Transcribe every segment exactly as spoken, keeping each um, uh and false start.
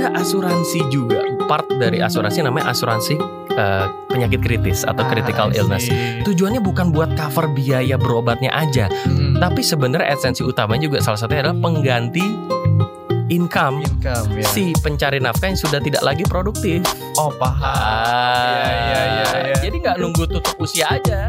ada asuransi juga. Part dari asuransi namanya asuransi uh, penyakit kritis atau critical Ah, illness. sih. Tujuannya bukan buat cover biaya berobatnya aja, Hmm. tapi sebenarnya esensi utamanya juga salah satunya adalah pengganti income, Income ya. si pencari nafkah yang sudah tidak lagi produktif. Oh paham. Iya, iya, iya, iya. Jadi nggak nunggu tutup usia aja.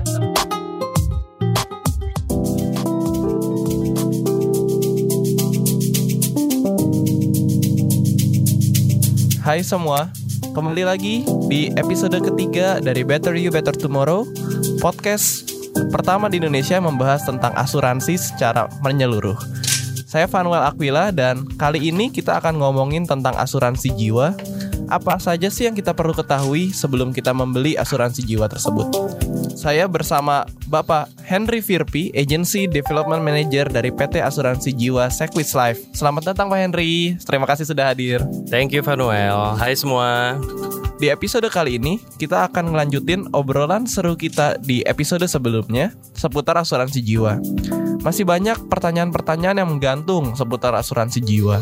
Hai semua, kembali lagi di episode ketiga dari Better You Better Tomorrow, podcast pertama di Indonesia yang membahas tentang asuransi secara menyeluruh. Saya Fanuel Aquila dan kali ini kita akan ngomongin tentang asuransi jiwa. Apa saja sih yang kita perlu ketahui sebelum kita membeli asuransi jiwa tersebut? Saya bersama Bapak Henry Firpi, Agency Development Manager dari P T Asuransi Jiwa Sequis Life. Selamat datang Pak Henry, terima kasih sudah hadir. Thank you Fanuel. Hai semua. Di episode kali ini, kita akan ngelanjutin obrolan seru kita di episode sebelumnya seputar asuransi jiwa. Masih banyak pertanyaan-pertanyaan yang menggantung seputar asuransi jiwa.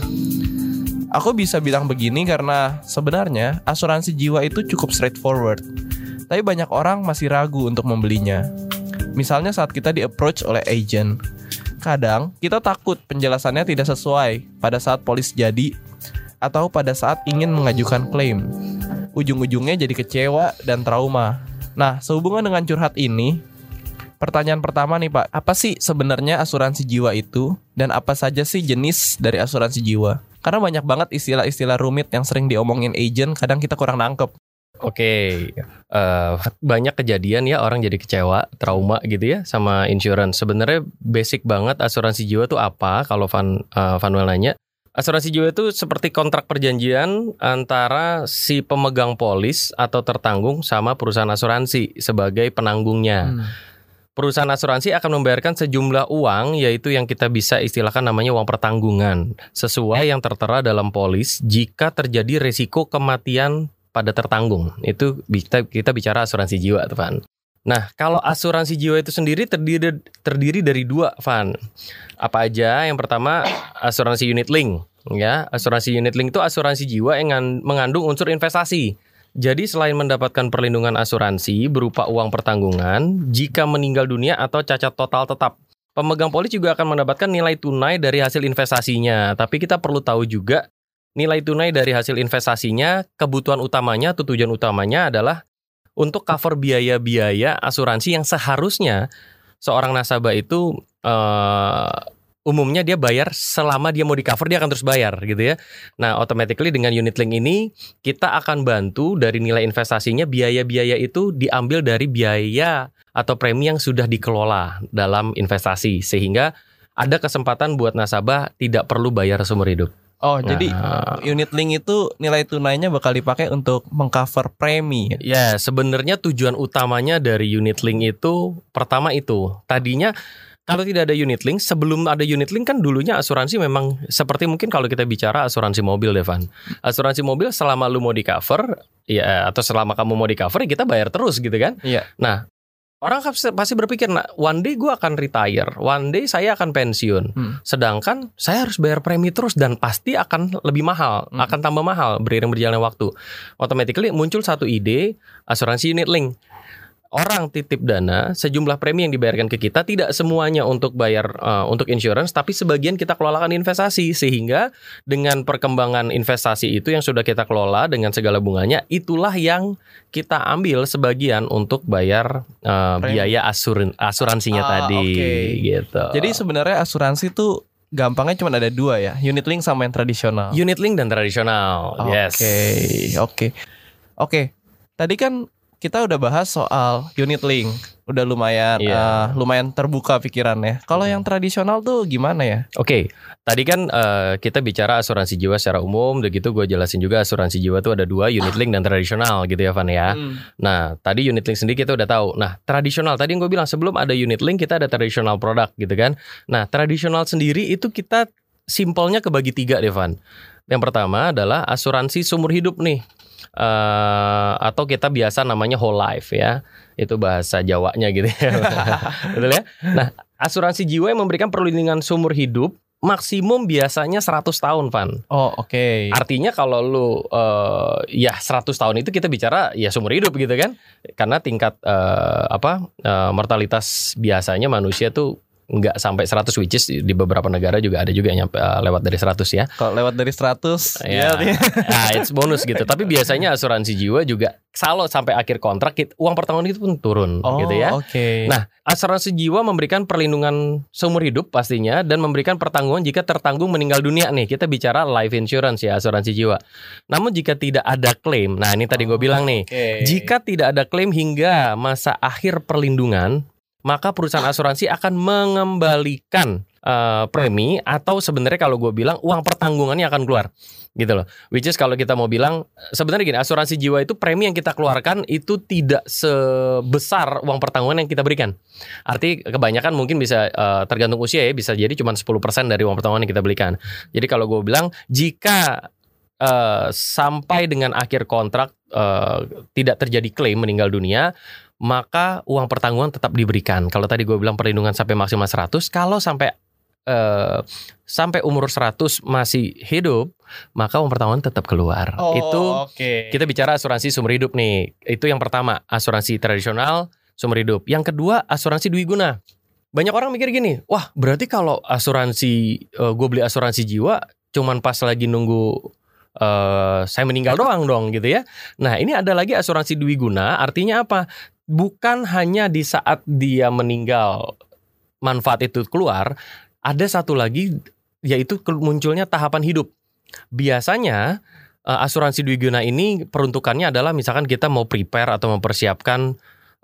Aku bisa bilang begini karena sebenarnya asuransi jiwa itu cukup straightforward, tapi banyak orang masih ragu untuk membelinya. Misalnya saat kita di-approach oleh agent. Kadang kita takut penjelasannya tidak sesuai pada saat polis jadi atau pada saat ingin mengajukan klaim. Ujung-ujungnya jadi kecewa dan trauma. Nah, sehubungan dengan curhat ini, pertanyaan pertama nih Pak, apa sih sebenarnya asuransi jiwa itu? Dan apa saja sih jenis dari asuransi jiwa? Karena banyak banget istilah-istilah rumit yang sering diomongin agent, kadang kita kurang nangkep. Oke, uh, banyak kejadian ya orang jadi kecewa, trauma gitu ya sama insurance. Sebenarnya basic banget asuransi jiwa itu apa? Kalau Van uh, Vanuel nanya, asuransi jiwa itu seperti kontrak perjanjian antara si pemegang polis atau tertanggung sama perusahaan asuransi sebagai penanggungnya. Hmm. Perusahaan asuransi akan membayarkan sejumlah uang, yaitu yang kita bisa istilahkan namanya uang pertanggungan, sesuai yang tertera dalam polis jika terjadi risiko kematian pada tertanggung. Itu kita, kita bicara asuransi jiwa, Van. Nah, kalau asuransi jiwa itu sendiri terdiri terdiri dari dua, Van. Apa aja? Yang pertama, asuransi unit link. Ya, asuransi unit link itu asuransi jiwa yang mengandung unsur investasi. Jadi selain mendapatkan perlindungan asuransi berupa uang pertanggungan jika meninggal dunia atau cacat total tetap, pemegang polis juga akan mendapatkan nilai tunai dari hasil investasinya. Tapi kita perlu tahu juga nilai tunai dari hasil investasinya, kebutuhan utamanya atau tujuan utamanya adalah untuk cover biaya-biaya asuransi yang seharusnya seorang nasabah itu uh, umumnya dia bayar selama dia mau di cover, dia akan terus bayar gitu ya. Nah, automatically dengan unit link ini kita akan bantu dari nilai investasinya, biaya-biaya itu diambil dari biaya atau premi yang sudah dikelola dalam investasi, sehingga ada kesempatan buat nasabah tidak perlu bayar seumur hidup. Oh, Nah. jadi unit link itu nilai tunainya bakal dipakai untuk mengcover premi. Ya, sebenarnya tujuan utamanya dari unit link itu pertama itu. Tadinya kalau tidak ada unit link, sebelum ada unit link kan dulunya asuransi memang seperti mungkin kalau kita bicara asuransi mobil, Devan. Asuransi mobil selama lu mau di cover, ya atau selama kamu mau di cover, ya kita bayar terus gitu kan. Iya. Nah, orang pasti berpikir, nah, one day gue akan retire, one day saya akan pensiun. Hmm. Sedangkan saya harus bayar premi terus dan pasti akan lebih mahal, Hmm. akan tambah mahal beriring berjalannya waktu. Automatically muncul satu ide, asuransi unit link. Orang titip dana, sejumlah premi yang dibayarkan ke kita tidak semuanya untuk bayar uh, untuk insurance, tapi sebagian kita kelolakan investasi, sehingga dengan perkembangan investasi itu yang sudah kita kelola dengan segala bunganya, itulah yang kita ambil sebagian untuk bayar uh, biaya asuran asuransinya Ah, tadi, oke. gitu. Jadi sebenarnya asuransi tuh gampangnya cuma ada dua ya, unit link sama yang tradisional. Unit link dan tradisional, Oke, yes. oke, oke. Tadi kan kita udah bahas soal unit link, udah lumayan, Iya. uh, lumayan terbuka pikirannya. Kalau yang tradisional tuh gimana ya? Oke, tadi kan uh, kita bicara asuransi jiwa secara umum, udah gitu gue jelasin juga asuransi jiwa tuh ada dua, unit link dan tradisional gitu ya Van ya. Hmm. Nah, tadi unit link sendiri kita udah tahu. Nah, tradisional tadi yang gue bilang sebelum ada unit link kita ada tradisional product gitu kan. Nah, tradisional sendiri itu kita simpelnya kebagi tiga deh Van. Yang pertama adalah asuransi seumur hidup nih. Uh, atau kita biasa namanya whole life ya, itu bahasa Jawanya gitu ya. Betul ya. Nah, asuransi jiwa yang memberikan perlindungan seumur hidup maksimum biasanya seratus tahun, Van. Oh, oke. Okay. Artinya kalau lu uh, ya seratus tahun itu kita bicara ya seumur hidup gitu kan. Karena tingkat uh, apa uh, mortalitas biasanya manusia tuh nggak sampai seratus, which is di beberapa negara juga ada juga yang nyampe uh, lewat dari seratus ya. Kalau lewat dari seratus ya, ya nah, it's bonus gitu. Tapi biasanya asuransi jiwa juga kalau sampai akhir kontrak uang pertanggungan itu pun turun oh, gitu ya. Okay. Nah, asuransi jiwa memberikan perlindungan seumur hidup pastinya dan memberikan pertanggungan jika tertanggung meninggal dunia nih. Kita bicara life insurance ya, asuransi jiwa. Namun jika tidak ada klaim, nah ini tadi gue bilang nih, okay. jika tidak ada klaim hingga masa akhir perlindungan, maka perusahaan asuransi akan mengembalikan uh, premi atau sebenarnya kalau gue bilang uang pertanggungannya akan keluar gitu loh. Which is kalau kita mau bilang sebenarnya gini, asuransi jiwa itu premi yang kita keluarkan itu tidak sebesar uang pertanggungan yang kita berikan. Arti kebanyakan mungkin bisa uh, tergantung usia ya, bisa jadi cuma sepuluh persen dari uang pertanggungan yang kita berikan. Jadi kalau gue bilang jika uh, sampai dengan akhir kontrak uh, tidak terjadi klaim meninggal dunia, maka uang pertanggungan tetap diberikan. Kalau tadi gue bilang perlindungan sampai maksimal seratus, kalau sampai uh, sampai umur seratus masih hidup, maka uang pertanggungan tetap keluar. Oh, itu okay. Kita bicara asuransi seumur hidup nih. Itu yang pertama, asuransi tradisional seumur hidup. Yang kedua, asuransi dwi guna. Banyak orang mikir gini, wah berarti kalau asuransi uh, gue beli asuransi jiwa cuman pas lagi nunggu Uh, saya meninggal doang dong gitu ya. Nah ini ada lagi asuransi dwi guna. Artinya apa? Bukan hanya di saat dia meninggal manfaat itu keluar, ada satu lagi yaitu munculnya tahapan hidup. Biasanya uh, asuransi dwi guna ini peruntukannya adalah misalkan kita mau prepare atau mempersiapkan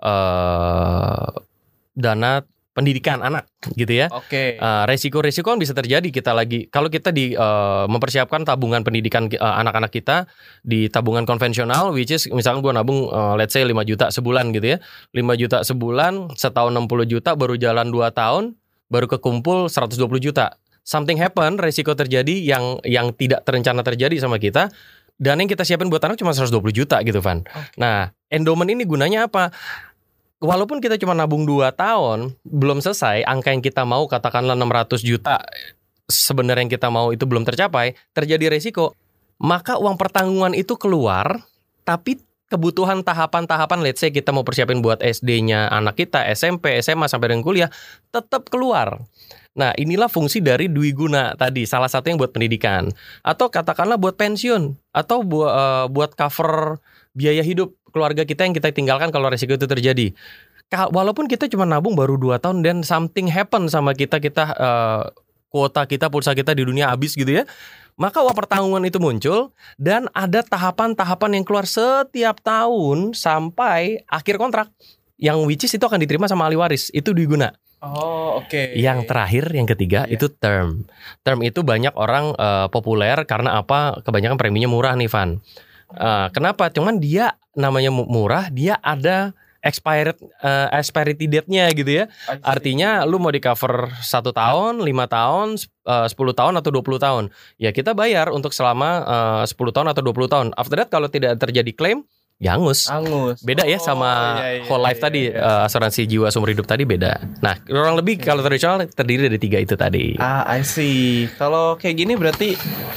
uh, dana pendidikan anak gitu ya. Oke. Okay. Uh, resiko-resiko kan bisa terjadi kita lagi kalau kita di uh, mempersiapkan tabungan pendidikan uh, anak-anak kita di tabungan konvensional, which is misalkan gue nabung uh, let's say lima juta sebulan gitu ya. lima juta sebulan, setahun enam puluh juta, baru jalan dua tahun, baru kekumpul seratus dua puluh juta. Something happen, resiko terjadi yang yang tidak terencana terjadi sama kita. Dan yang kita siapin buat anak cuma seratus dua puluh juta gitu, Van. Okay. Nah, endowment ini gunanya apa? Walaupun kita cuma nabung dua tahun, belum selesai, angka yang kita mau katakanlah enam ratus juta sebenarnya yang kita mau itu belum tercapai, terjadi resiko, maka uang pertanggungan itu keluar, tapi kebutuhan tahapan-tahapan, let's say kita mau persiapin buat S D-nya anak kita, S M P, S M A sampai dengan kuliah, tetap keluar. Nah inilah fungsi dari dwi guna tadi, salah satu yang buat pendidikan, atau katakanlah buat pensiun, atau buat, uh, buat cover biaya hidup keluarga kita yang kita tinggalkan kalau resiko itu terjadi. Walaupun kita cuma nabung baru dua tahun dan something happen sama kita, kita uh, kuota kita, pulsa kita di dunia habis gitu ya, maka uang pertanggungan itu muncul dan ada tahapan-tahapan yang keluar setiap tahun sampai akhir kontrak, yang which is itu akan diterima sama ahli waris, itu dwi guna. Oh oke. Okay. Yang terakhir, yang ketiga yeah. itu term. Term itu banyak orang uh, populer karena apa? Kebanyakan preminya murah nih, Van. Uh, kenapa? Cuman dia namanya murah, dia ada expired uh, expiry date-nya gitu ya. Artinya lu mau di cover satu tahun, lima tahun, uh, sepuluh tahun atau dua puluh tahun. Ya kita bayar untuk selama uh, sepuluh tahun atau dua puluh tahun. After that kalau tidak terjadi klaim, ya angus. Angus. Beda ya sama iya, iya, whole life iya, tadi, iya. Uh, asuransi jiwa seumur hidup tadi beda. Nah, kurang lebih okay. Kalau tradisional terdiri dari tiga itu tadi. Ah, I see. Kalau kayak gini berarti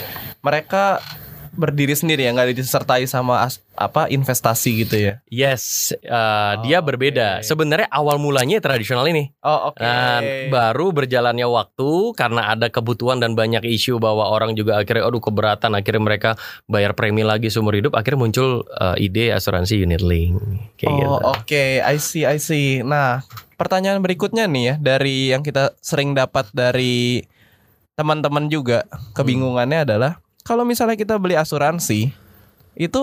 mereka berdiri sendiri ya, nggak disertai sama as, apa investasi gitu ya? Yes, uh, oh, dia berbeda. Okay. Sebenarnya awal mulanya tradisional ini. Oh oke. Okay. Nah, baru berjalannya waktu karena ada kebutuhan dan banyak isu bahwa orang juga akhirnya, aduh keberatan, akhirnya mereka bayar premi lagi seumur hidup. Akhirnya muncul uh, ide asuransi unit link. Kayak oh gitu. oke, okay. I see, I see. Nah, pertanyaan berikutnya nih ya, dari yang kita sering dapat dari teman-teman juga, kebingungannya hmm. adalah kalau misalnya kita beli asuransi, itu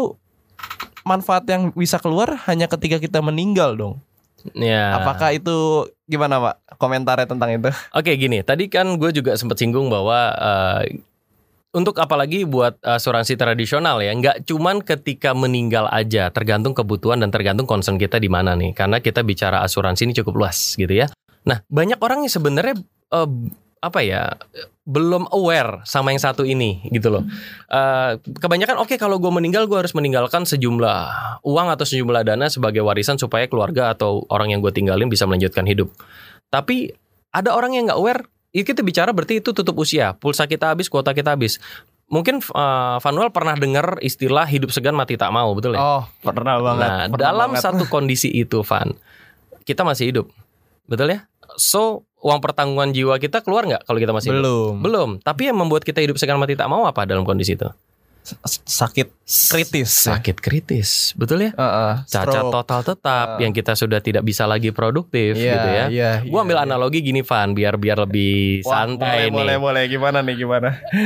manfaat yang bisa keluar hanya ketika kita meninggal dong. Ya. Apakah itu gimana Pak? Komentarnya tentang itu? Oke gini, tadi kan gue juga sempat singgung bahwa uh, untuk apalagi buat asuransi tradisional ya, nggak cuman ketika meninggal aja, tergantung kebutuhan dan tergantung concern kita di mana nih. Karena kita bicara asuransi ini cukup luas gitu ya. Nah banyak orang yang sebenarnya uh, apa ya, belum aware sama yang satu ini gitu loh. Uh, kebanyakan oke okay, kalau gue meninggal gue harus meninggalkan sejumlah uang atau sejumlah dana sebagai warisan supaya keluarga atau orang yang gue tinggalin bisa melanjutkan hidup. Tapi ada orang yang nggak aware Ini kita bicara berarti itu tutup usia, pulsa kita habis, kuota kita habis. Mungkin uh, Vanuel pernah dengar istilah hidup segan mati tak mau, betul ya? Oh, pernah banget. Nah, pernah dalam banget. satu kondisi itu, Van, kita masih hidup, betul ya? So, uang pertanggungan jiwa kita keluar nggak kalau kita masih hidup? Belum. Belum. Tapi yang membuat kita hidup segan mati tak mau apa dalam kondisi itu? Sakit kritis. ya? Sakit kritis, betul ya? Uh-uh, Cacat stroke. total tetap, Uh. yang kita sudah tidak bisa lagi produktif, Iya, gitu ya. iya, Gua ambil iya. analogi gini, Van, biar biar lebih Wah, santai boleh, nih. boleh, boleh. Gimana nih, gimana?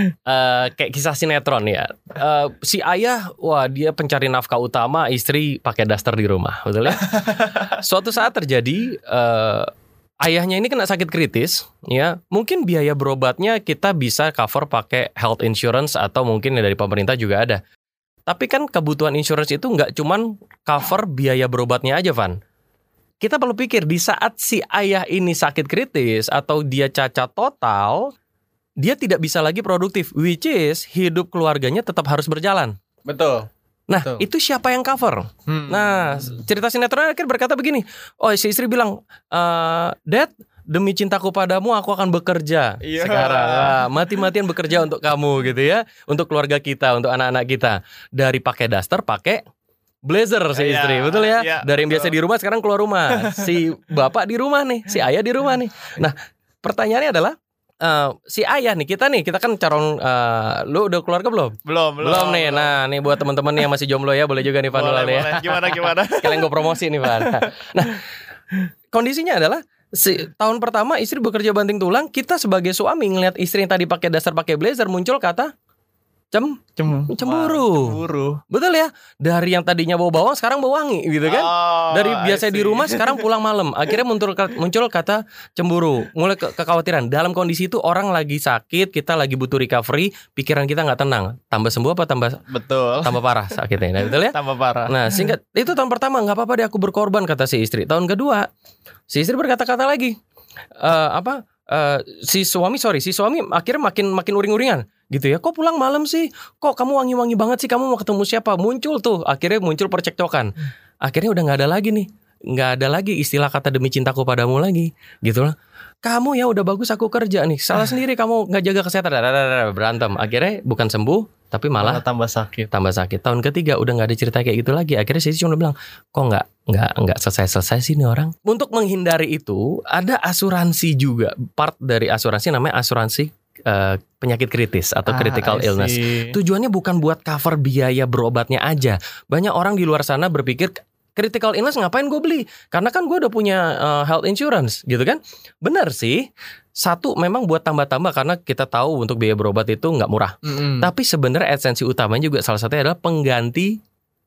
Eh, kayak kisah sinetron ya. Eh, si ayah, wah dia pencari nafkah utama, istri pakai daster di rumah, betul ya? Suatu saat terjadi, eh, ayahnya ini kena sakit kritis, ya. Mungkin biaya berobatnya kita bisa cover pakai health insurance atau mungkin dari pemerintah juga ada. Tapi kan kebutuhan insurance itu nggak cuman cover biaya berobatnya aja, Van. Kita perlu pikir di saat si ayah ini sakit kritis atau dia cacat total, dia tidak bisa lagi produktif, which is hidup keluarganya tetap harus berjalan. Betul. Nah, Betul. itu siapa yang cover? Hmm. Nah, cerita sinetron akhir berkata begini, oh si istri bilang, eh, Dad, demi cintaku padamu aku akan bekerja Iya. sekarang. Nah, mati-matian bekerja untuk kamu gitu ya, untuk keluarga kita, untuk anak-anak kita. Dari pakai daster, pakai blazer si Iya, istri, betul ya? iya, Dari yang biasa betul. di rumah sekarang keluar rumah. Si bapak di rumah nih, si ayah di rumah nih. Nah, pertanyaannya adalah, eh, si ayah nih, kita nih, kita kan calon, eh, lu udah keluarga belum? Belum, belum. Belum nih. Nah, nih buat teman-teman nih yang masih jomblo ya, boleh juga nih Van boleh, Nolal ya. boleh. Gimana, gimana? Sekalian gue promosi nih Van. Nah, kondisinya adalah si, tahun pertama istri bekerja banting tulang, kita sebagai suami ngelihat istri yang tadi pakai dasar pakai blazer muncul kata cem Cem- cemburu. Cemburu. Betul ya? Dari yang tadinya bau bawang sekarang bau wangi gitu kan? Oh, Dari I biasa di see. rumah sekarang pulang malam. Akhirnya muncul muncul kata cemburu. Mulai ke- kekhawatiran. Dalam kondisi itu orang lagi sakit, kita lagi butuh recovery, pikiran kita nggak tenang. Tambah sembuh apa tambah Betul. tambah parah sakitnya? Nah, betul ya? Tambah parah. Nah, singkat itu tahun pertama nggak apa-apa deh aku berkorban kata si istri. Tahun kedua si istri berkata-kata lagi, Eh, apa? Eh, si suami sorry si suami akhirnya makin makin uring-uringan gitu ya. Kok pulang malam sih? Kok kamu wangi-wangi banget sih? Kamu mau ketemu siapa? Muncul tuh akhirnya muncul percekcokan. Akhirnya udah nggak ada lagi nih, nggak ada lagi istilah kata demi cintaku padamu lagi, gitu lah. Kamu ya udah bagus aku kerja nih, salah sendiri kamu nggak jaga kesehatan. Dadadadada, berantem. Akhirnya bukan sembuh tapi malah Malah tambah sakit. tambah sakit. Tahun ketiga udah nggak ada cerita kayak gitu lagi. Akhirnya sih cuma bilang, kok nggak nggak nggak selesai-selesai sih nih orang. Untuk menghindari itu ada asuransi juga. Part dari asuransi namanya asuransi eh, penyakit kritis atau Ah, critical I illness. see. Tujuannya bukan buat cover biaya berobatnya aja. Banyak orang di luar sana berpikir critical illness ngapain gue beli? Karena kan gue udah punya eh, health insurance gitu kan. Benar sih. Satu memang buat tambah-tambah karena kita tahu untuk biaya berobat itu nggak murah. Mm-mm. Tapi sebenarnya esensi utamanya juga salah satunya adalah pengganti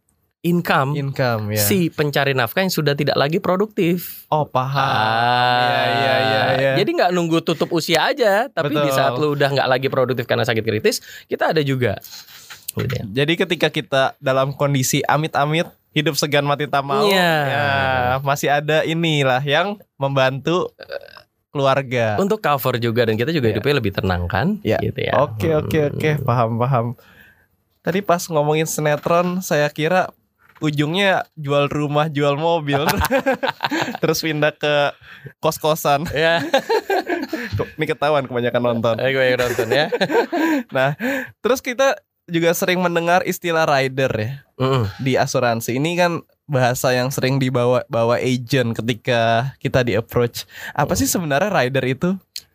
income, Income ya. si pencari nafkah yang sudah tidak lagi produktif. Oh, paham. Ah, Iya, iya, iya, iya. Jadi nggak nunggu tutup usia aja, tapi Betul. di saat lu udah nggak lagi produktif karena sakit kritis, kita ada juga. Gitu ya. Jadi ketika kita dalam kondisi amit-amit hidup segan mati tak mau, Iya. ya masih ada inilah yang membantu keluarga. Untuk cover juga dan kita juga Iya. hidupnya lebih tenang kan? Ya. Gitu ya. Oke, oke, oke, Hmm. paham, paham. Tadi pas ngomongin sinetron, saya kira ujungnya jual rumah, jual mobil, terus pindah ke kos-kosan. Ya, Ini ketahuan kebanyakan nonton. eh, gue yang nonton ya. Nah, terus kita juga sering mendengar istilah rider ya Mm-mm. di asuransi. Ini kan bahasa yang sering dibawa bawa agent ketika kita di approach. Apa sih sebenarnya rider itu?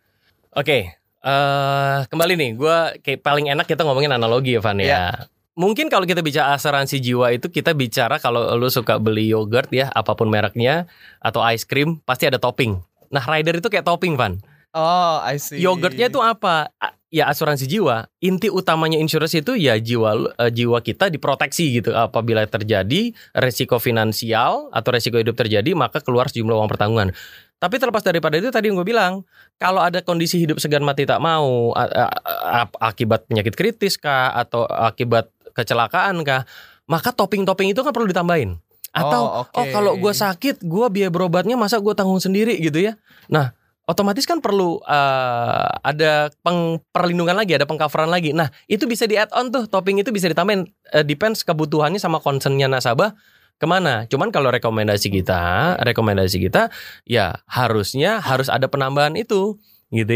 Oke, eh kembali nih, gue kayak paling enak kita ngomongin analogi ya Van ya. Iya. Mungkin kalau kita bicara asuransi jiwa itu kita bicara kalau lu suka beli yogurt ya, apapun mereknya, atau ice cream, pasti ada topping. Nah rider itu kayak topping Van. Oh, I see. Yogurtnya itu apa? A- Ya asuransi jiwa. Inti utamanya insurance itu ya jiwa lu- eh, jiwa kita diproteksi gitu. Apabila terjadi resiko finansial atau resiko hidup terjadi, maka keluar sejumlah uang pertanggungan. Tapi terlepas daripada itu tadi yang gue bilang, kalau ada kondisi hidup segan mati tak mau a- a- a- akibat penyakit kritis kah atau akibat kecelakaan kah, maka topping-topping itu kan perlu ditambahin. Atau Oh, oke. oh kalau gue sakit, gue biaya berobatnya masa gue tanggung sendiri gitu ya. Nah, otomatis kan perlu uh, ada peng, perlindungan lagi, ada pengcoveran lagi. Nah, itu bisa di add on tuh, topping itu bisa ditambahin. Uh, depends kebutuhannya sama concernnya nasabah kemana. Cuman kalau rekomendasi kita, rekomendasi kita ya harusnya harus ada penambahan itu, gitu ya.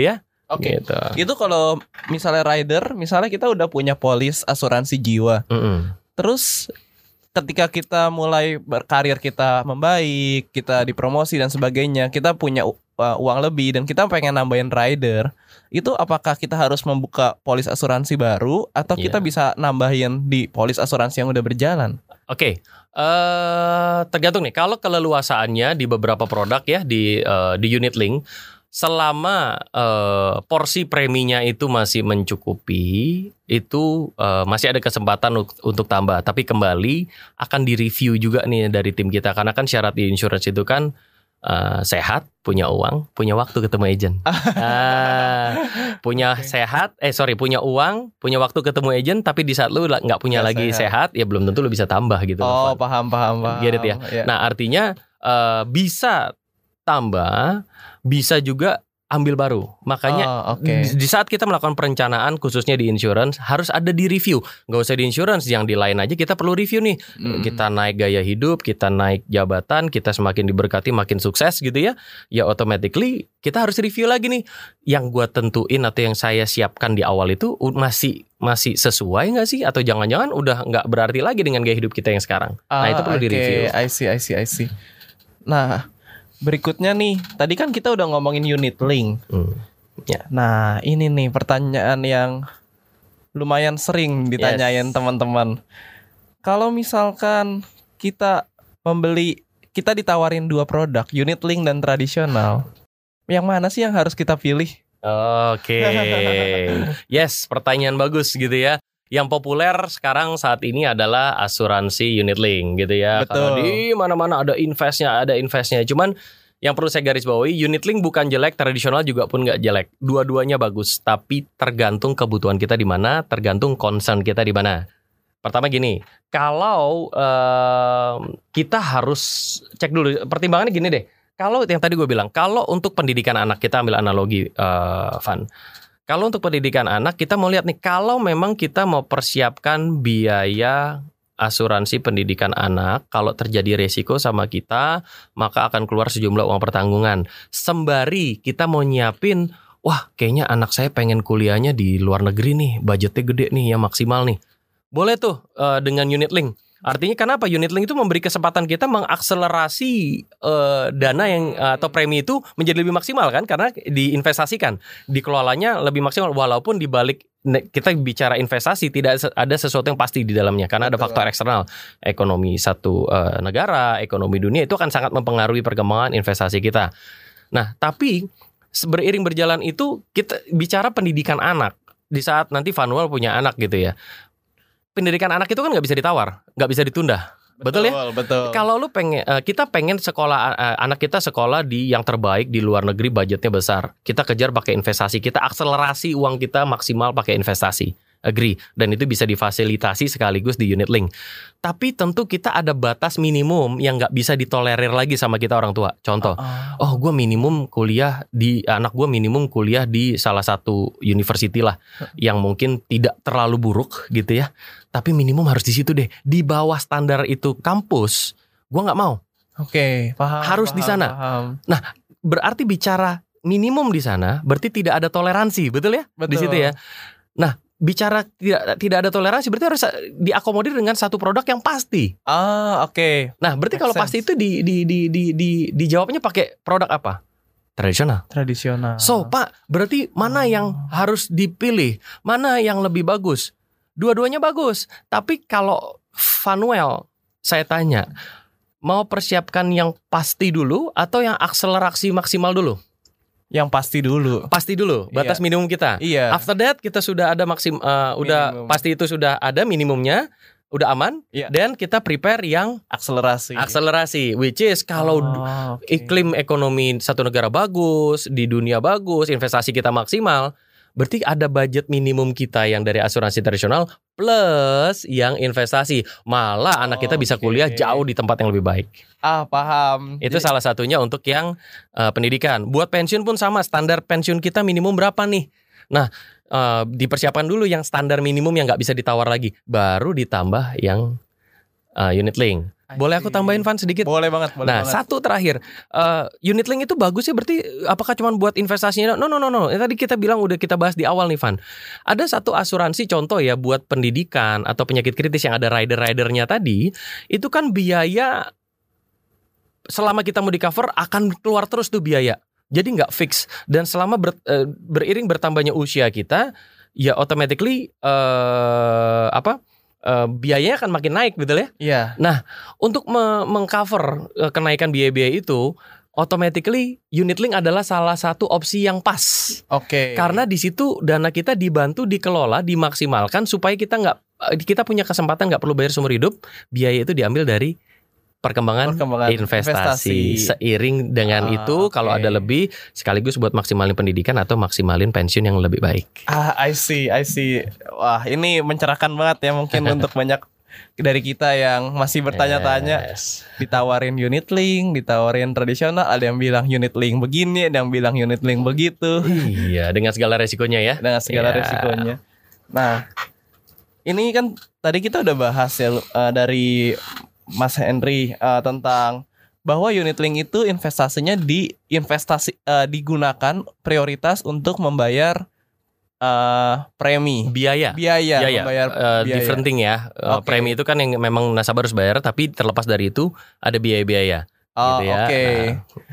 Oke. Gitu. Itu kalau misalnya rider, misalnya kita udah punya polis asuransi jiwa. Mm-mm. Terus ketika kita mulai berkarir kita membaik, kita dipromosi dan sebagainya, kita punya u- uh, uang lebih dan kita pengen nambahin rider, itu apakah kita harus membuka polis asuransi baru atau Iya. kita bisa nambahin di polis asuransi yang udah berjalan? Oke, eh tergantung nih. Kalau keleluasaannya di beberapa produk ya di eh, di unit link, selama eh, porsi preminya itu masih mencukupi, itu eh, masih ada kesempatan untuk, untuk tambah. Tapi kembali akan direview juga nih dari tim kita, karena kan syarat di insurance itu kan eh, sehat, punya uang, punya waktu ketemu agent. Ah, punya sehat, eh sorry, punya uang, punya waktu ketemu agent, tapi di saat lu la- nggak punya Nggak lagi sehat. sehat, ya belum tentu lu bisa tambah gitu. Oh, Novan. paham paham paham. Get it ya? Iya. Nah, artinya eh, bisa tambah, bisa juga ambil baru. Makanya Oh, oke. di, di saat kita melakukan perencanaan khususnya di insurance harus ada di review. Nggak usah di insurance, yang di lain aja kita perlu review nih. Mm. Kita naik gaya hidup, kita naik jabatan, kita semakin diberkati, makin sukses gitu ya. Ya automatically kita harus review lagi nih. Yang gua tentuin atau yang saya siapkan di awal itu u- masih masih sesuai nggak sih? Atau jangan-jangan udah nggak berarti lagi dengan gaya hidup kita yang sekarang. Nah, itu perlu Ah, di review. Oke, I see, I see, I see. Nah, berikutnya nih, tadi kan kita udah ngomongin unit link. Hmm. Nah, ini nih pertanyaan yang lumayan sering ditanyain Yes. teman-teman. Kalau misalkan kita membeli, kita ditawarin dua produk, unit link dan tradisional, yang mana sih yang harus kita pilih? Oke, yes, pertanyaan bagus gitu ya. Yang populer sekarang saat ini adalah asuransi unit link gitu ya. Betul. Karena di mana-mana ada investnya, ada investnya. Cuman yang perlu saya garis bawahi, unit link bukan jelek, tradisional juga pun nggak jelek. Dua-duanya bagus, tapi tergantung kebutuhan kita di mana, tergantung concern kita di mana. Pertama gini, kalau eh, kita harus cek dulu, pertimbangannya gini deh. Kalau yang tadi gue bilang, kalau untuk pendidikan anak, kita ambil analogi, eh, Van. Kalau untuk pendidikan anak, kita mau lihat nih, kalau memang kita mau persiapkan biaya asuransi pendidikan anak, kalau terjadi resiko sama kita, maka akan keluar sejumlah uang pertanggungan. Sembari kita mau nyiapin, wah kayaknya anak saya pengen kuliahnya di luar negeri nih, budgetnya gede nih, ya maksimal nih. Boleh tuh eh, dengan unit link. Artinya kenapa? Unit link itu memberi kesempatan kita mengakselerasi eh, dana yang eh, atau premi itu menjadi lebih maksimal kan, karena diinvestasikan, dikelolanya lebih maksimal walaupun di balik ne- kita bicara investasi tidak se- ada sesuatu yang pasti di dalamnya karena ada Betul. faktor eksternal, ekonomi satu eh, negara, ekonomi dunia itu akan sangat mempengaruhi perkembangan investasi kita. Nah, tapi beriring berjalan itu kita bicara pendidikan anak. Di saat nanti Vanual punya anak gitu ya. Pendidikan anak itu kan nggak bisa ditawar, nggak bisa ditunda, betul, ya? Betul. Kalau lu pengen, eh, kita pengen sekolah eh, anak kita sekolah di yang terbaik di luar negeri, budgetnya besar. Kita kejar pakai investasi, kita akselerasi uang kita maksimal pakai investasi. Agree, dan itu bisa difasilitasi sekaligus di unit link. Tapi tentu kita ada batas minimum yang nggak bisa ditolerir lagi sama kita orang tua. Contoh, Oh, oh gue minimum kuliah di anak gue minimum kuliah di salah satu university lah yang mungkin tidak terlalu buruk gitu ya, tapi minimum harus di situ deh. Di bawah standar itu kampus gue nggak mau. oke, paham. Harus di paham, sana. paham. Berarti bicara minimum di sana berarti tidak ada toleransi, betul ya? Di Betul. situ ya. Nah, bicara tidak tidak ada toleransi berarti harus diakomodir dengan satu produk yang pasti. Ah, oke. Nah, berarti Make kalau sense. pasti itu di di di di di dijawabnya pakai produk apa? Tradisional. Tradisional. So, Pak, berarti mana yang harus dipilih? Mana yang lebih bagus? Dua-duanya bagus. Tapi kalau Vanuel, saya tanya, mau persiapkan yang pasti dulu atau yang akselerasi maksimal dulu? Yang pasti dulu. Pasti dulu, batas Iya. minimum kita. Iya. After that kita sudah ada maksim, uh, udah Minimum. pasti itu sudah ada minimumnya, udah aman. Iya. Dan kita prepare yang Akselerasi. akselerasi, which is kalau Oh, oke. iklim ekonomi satu negara bagus, di dunia bagus, investasi kita maksimal, berarti ada budget minimum kita yang dari asuransi tradisional plus yang investasi. Malah anak kita bisa Oke. kuliah jauh di tempat yang lebih baik. Ah, paham. Itu Jadi- salah satunya untuk yang eh, pendidikan. Buat pensiun pun sama, standar pensiun kita minimum berapa nih? Nah, eh, dipersiapkan dulu yang standar minimum yang nggak bisa ditawar lagi, baru ditambah yang eh, unit link. Boleh aku tambahin Van sedikit? Boleh banget, boleh Nah, banget. satu terakhir, uh, unit link itu bagus ya berarti apakah cuma buat investasinya? No, no, no, no. Tadi kita bilang udah kita bahas di awal nih, Van. Ada satu asuransi contoh ya buat pendidikan atau penyakit kritis yang ada rider-ridernya tadi, itu kan biaya selama kita mau di cover akan keluar terus tuh biaya. Jadi nggak fix dan selama ber, uh, beriring bertambahnya usia kita, ya automatically uh, apa? Uh, biayanya akan makin naik, betul ya? Iya. Nah, untuk me- mengcover uh, kenaikan biaya-biaya itu, automatically unit link adalah salah satu opsi yang pas. Oke. Karena di situ dana kita dibantu dikelola, dimaksimalkan supaya kita nggak uh, kita punya kesempatan nggak perlu bayar seumur hidup. Biaya itu diambil dari perkembangan, Perkembangan investasi. investasi. Seiring dengan Ah, itu, kalau oke. ada lebih, sekaligus buat maksimalin pendidikan atau maksimalin pensiun yang lebih baik. Ah, I see, I see. Wah, ini mencerahkan banget ya mungkin untuk banyak dari kita yang masih bertanya-tanya. Yes. Ditawarin unit link, ditawarin tradisional, ada yang bilang unit link begini, ada yang bilang unit link begitu, Iya, dengan segala resikonya ya. dengan segala Ya. resikonya. Nah, ini kan tadi kita udah bahas ya uh, dari Mas Henry uh, tentang bahwa unit link itu investasinya di investasi uh, digunakan prioritas untuk membayar uh, premi, Biaya. biaya, Biaya, membayar eh, biaya. differenting ya. Eh, Oke. Premi itu kan yang memang nasabah harus bayar, tapi terlepas dari itu ada biaya-biaya. Oh, gitu ya. oke. Nah.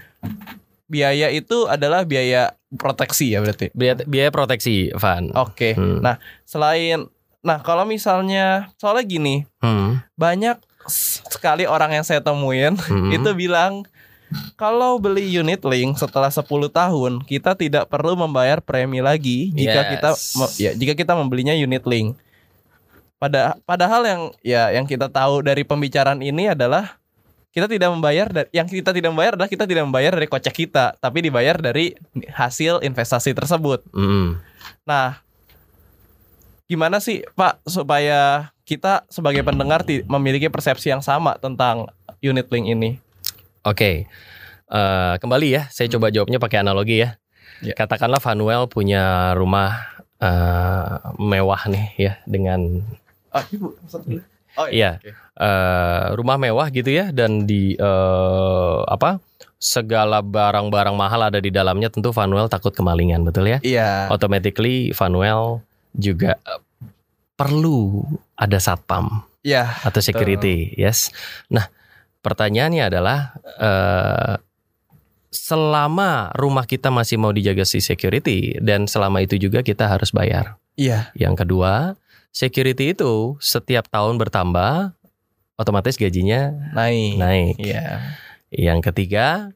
Biaya itu adalah biaya proteksi ya berarti. Biaya, biaya proteksi, Van. Oke. Hmm. Nah, selain nah kalau misalnya soalnya gini, Hmm. banyak s- sekali orang yang saya temuin Hmm. itu bilang kalau beli unit link setelah sepuluh tahun kita tidak perlu membayar premi lagi jika Yes. kita me- ya jika kita membelinya unit link. Pada padahal yang ya yang kita tahu dari pembicaraan ini adalah kita tidak membayar da- yang kita tidak membayar adalah kita tidak membayar dari kocek kita, tapi dibayar dari hasil investasi tersebut. Hmm. Nah, gimana sih Pak supaya kita sebagai pendengar ti- memiliki persepsi yang sama tentang unit link ini? Oke. Eh, kembali ya, saya coba jawabnya pakai analogi ya. Ya. Katakanlah Vanuel punya rumah eh, mewah nih ya dengan Oh, Ibu, oh Iya. oke. eh, rumah mewah gitu ya dan di eh, apa segala barang-barang mahal ada di dalamnya, tentu Vanuel takut kemalingan, betul ya? Iya. Automatically Vanuel juga eh, perlu ada satpam Iya. atau security, yes. Nah, pertanyaannya adalah eh, selama rumah kita masih mau dijaga si security dan selama itu juga kita harus bayar. Iya. Yang kedua, security itu setiap tahun bertambah, otomatis gajinya Naik. naik. Iya. Yang ketiga,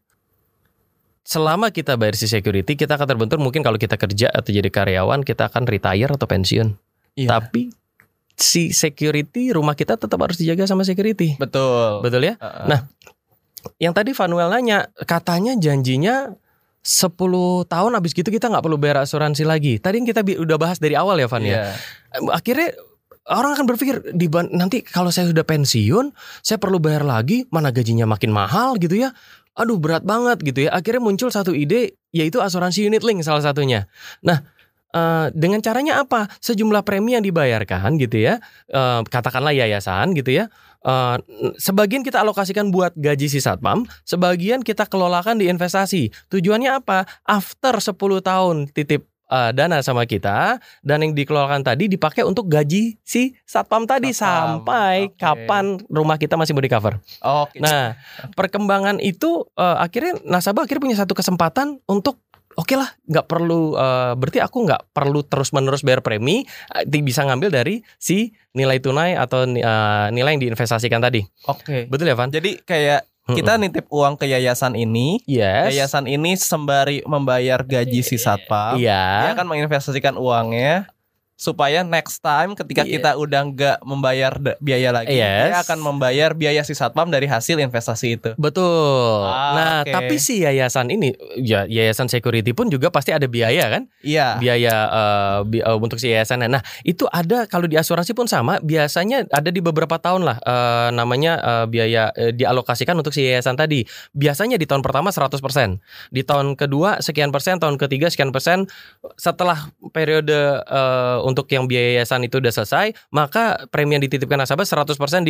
selama kita bayar si security, kita akan terbentur mungkin kalau kita kerja atau jadi karyawan, kita akan retire atau pensiun. Iya. Tapi si security, rumah kita tetap harus dijaga sama security. Betul. Betul ya? Uh-uh. Nah, yang tadi Vanuel nanya, katanya janjinya sepuluh tahun abis gitu kita nggak perlu bayar asuransi lagi. Tadi yang kita bi- udah bahas dari awal ya Van ya. Iya. Akhirnya orang akan berpikir diban- nanti kalau saya sudah pensiun, saya perlu bayar lagi, mana gajinya makin mahal gitu ya. Aduh berat banget gitu ya. Akhirnya muncul satu ide, yaitu asuransi unit link salah satunya. Nah, eh, dengan caranya apa? Sejumlah premi yang dibayarkan gitu ya, eh, katakanlah yayasan gitu ya. Eh, sebagian kita alokasikan buat gaji si satpam, sebagian kita kelolakan di investasi. Tujuannya apa? After sepuluh tahun titip eh, dana sama kita, dan yang dikelolakan tadi dipakai untuk gaji si satpam tadi Satpam, sampai oke. kapan rumah kita masih mau di cover. Oke. Nah, perkembangan itu eh, akhirnya nasabah akhirnya punya satu kesempatan untuk oke lah, nggak perlu eh, berarti aku nggak perlu terus menerus bayar premi, eh, bisa ngambil dari si nilai tunai atau eh, nilai yang diinvestasikan tadi. Oke. Betul ya, Van? Jadi kayak kita nitip uang ke yayasan ini, Yes. yayasan ini sembari membayar gaji si satpam, dia Iya. akan menginvestasikan uangnya supaya next time ketika Iya. kita udah nggak membayar da- biaya lagi, Yes. dia akan membayar biaya si satpam dari hasil investasi itu. Betul. Ah, nah, oke. tapi si yayasan ini, ya yayasan security pun juga pasti ada biaya kan? Iya. Biaya eh, bi- eh, untuk si yayasan. Nah, itu ada kalau di asuransi pun sama. Biasanya ada di beberapa tahun lah eh, namanya eh, biaya eh, dialokasikan untuk si yayasan tadi. Biasanya di tahun pertama seratus persen. Di tahun kedua sekian persen, tahun ketiga sekian persen. Setelah periode eh, untuk yang biaya yayasan itu udah selesai, maka premi yang dititipkan nasabah seratus persen di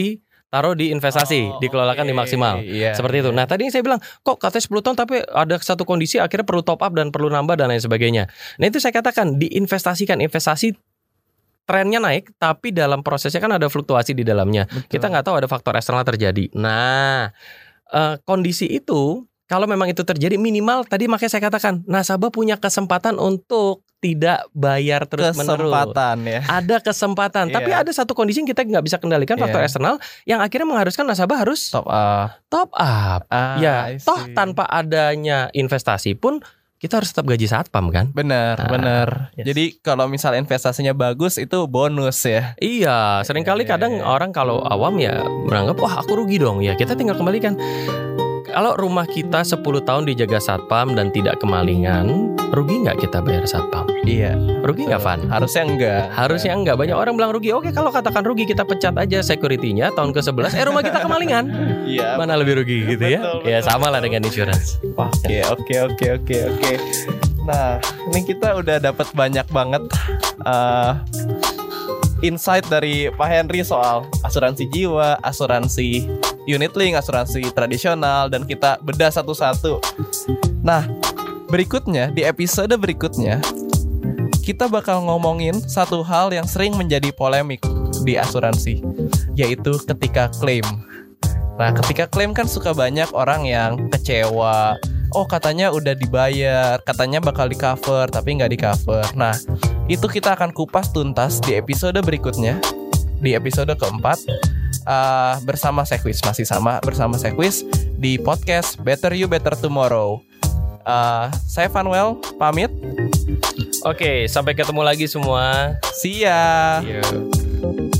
taruh di investasi, Oh, dikelolakan oke. di maksimal. Iya, Seperti itu. iya. Nah, tadi yang saya bilang, kok katanya sepuluh tahun tapi ada satu kondisi akhirnya perlu top up dan perlu nambah dan lain sebagainya. Nah, itu saya katakan diinvestasikan, investasi trennya naik, tapi dalam prosesnya kan ada fluktuasi di dalamnya. Betul. Kita nggak tahu ada faktor eksternal terjadi. Nah, eh, kondisi itu kalau memang itu terjadi minimal tadi makanya saya katakan nasabah punya kesempatan untuk tidak bayar terus menerus. Kesempatan ya. Ada kesempatan, Iya. tapi ada satu kondisi yang kita nggak bisa kendalikan, faktor Iya. eksternal yang akhirnya mengharuskan nasabah harus Top up. top up. Ah, Ya, I toh see. tanpa adanya investasi pun kita harus tetap gaji satpam kan? Bener, Ah, bener. yes. Jadi kalau misal investasinya bagus itu bonus ya. Iya, seringkali Iya, kadang iya. orang kalau awam ya menganggap wah aku rugi dong. Ya kita tinggal kembalikan. Kalau rumah kita sepuluh tahun dijaga satpam dan tidak kemalingan, rugi nggak kita bayar satpam? Iya. Rugi nggak, Van? Harusnya enggak. Harusnya enggak. Banyak orang bilang rugi. Oke, kalau katakan rugi kita pecat aja security-nya tahun ke sebelas. Eh rumah kita kemalingan. Iya. Mana lebih rugi gitu ya? Betul, Ya betul, sama lah betul. dengan insurance. Oke, oke, oke, oke, oke. Nah, ini kita udah dapat banyak banget uh, insight dari Pak Henry soal asuransi jiwa, asuransi unit link, asuransi tradisional, dan kita bedah satu-satu. Nah, berikutnya di episode berikutnya kita bakal ngomongin satu hal yang sering menjadi polemik di asuransi, yaitu ketika klaim. Nah, ketika klaim kan suka banyak orang yang kecewa. Oh, katanya udah dibayar, katanya bakal di cover, tapi nggak di cover. Nah, itu kita akan kupas tuntas di episode berikutnya, di episode keempat, uh, bersama Sekwis, masih sama bersama Sekwis di podcast Better You Better Tomorrow. Uh, saya Vanuel, pamit. Oke, sampai ketemu lagi semua. See ya. Yuk.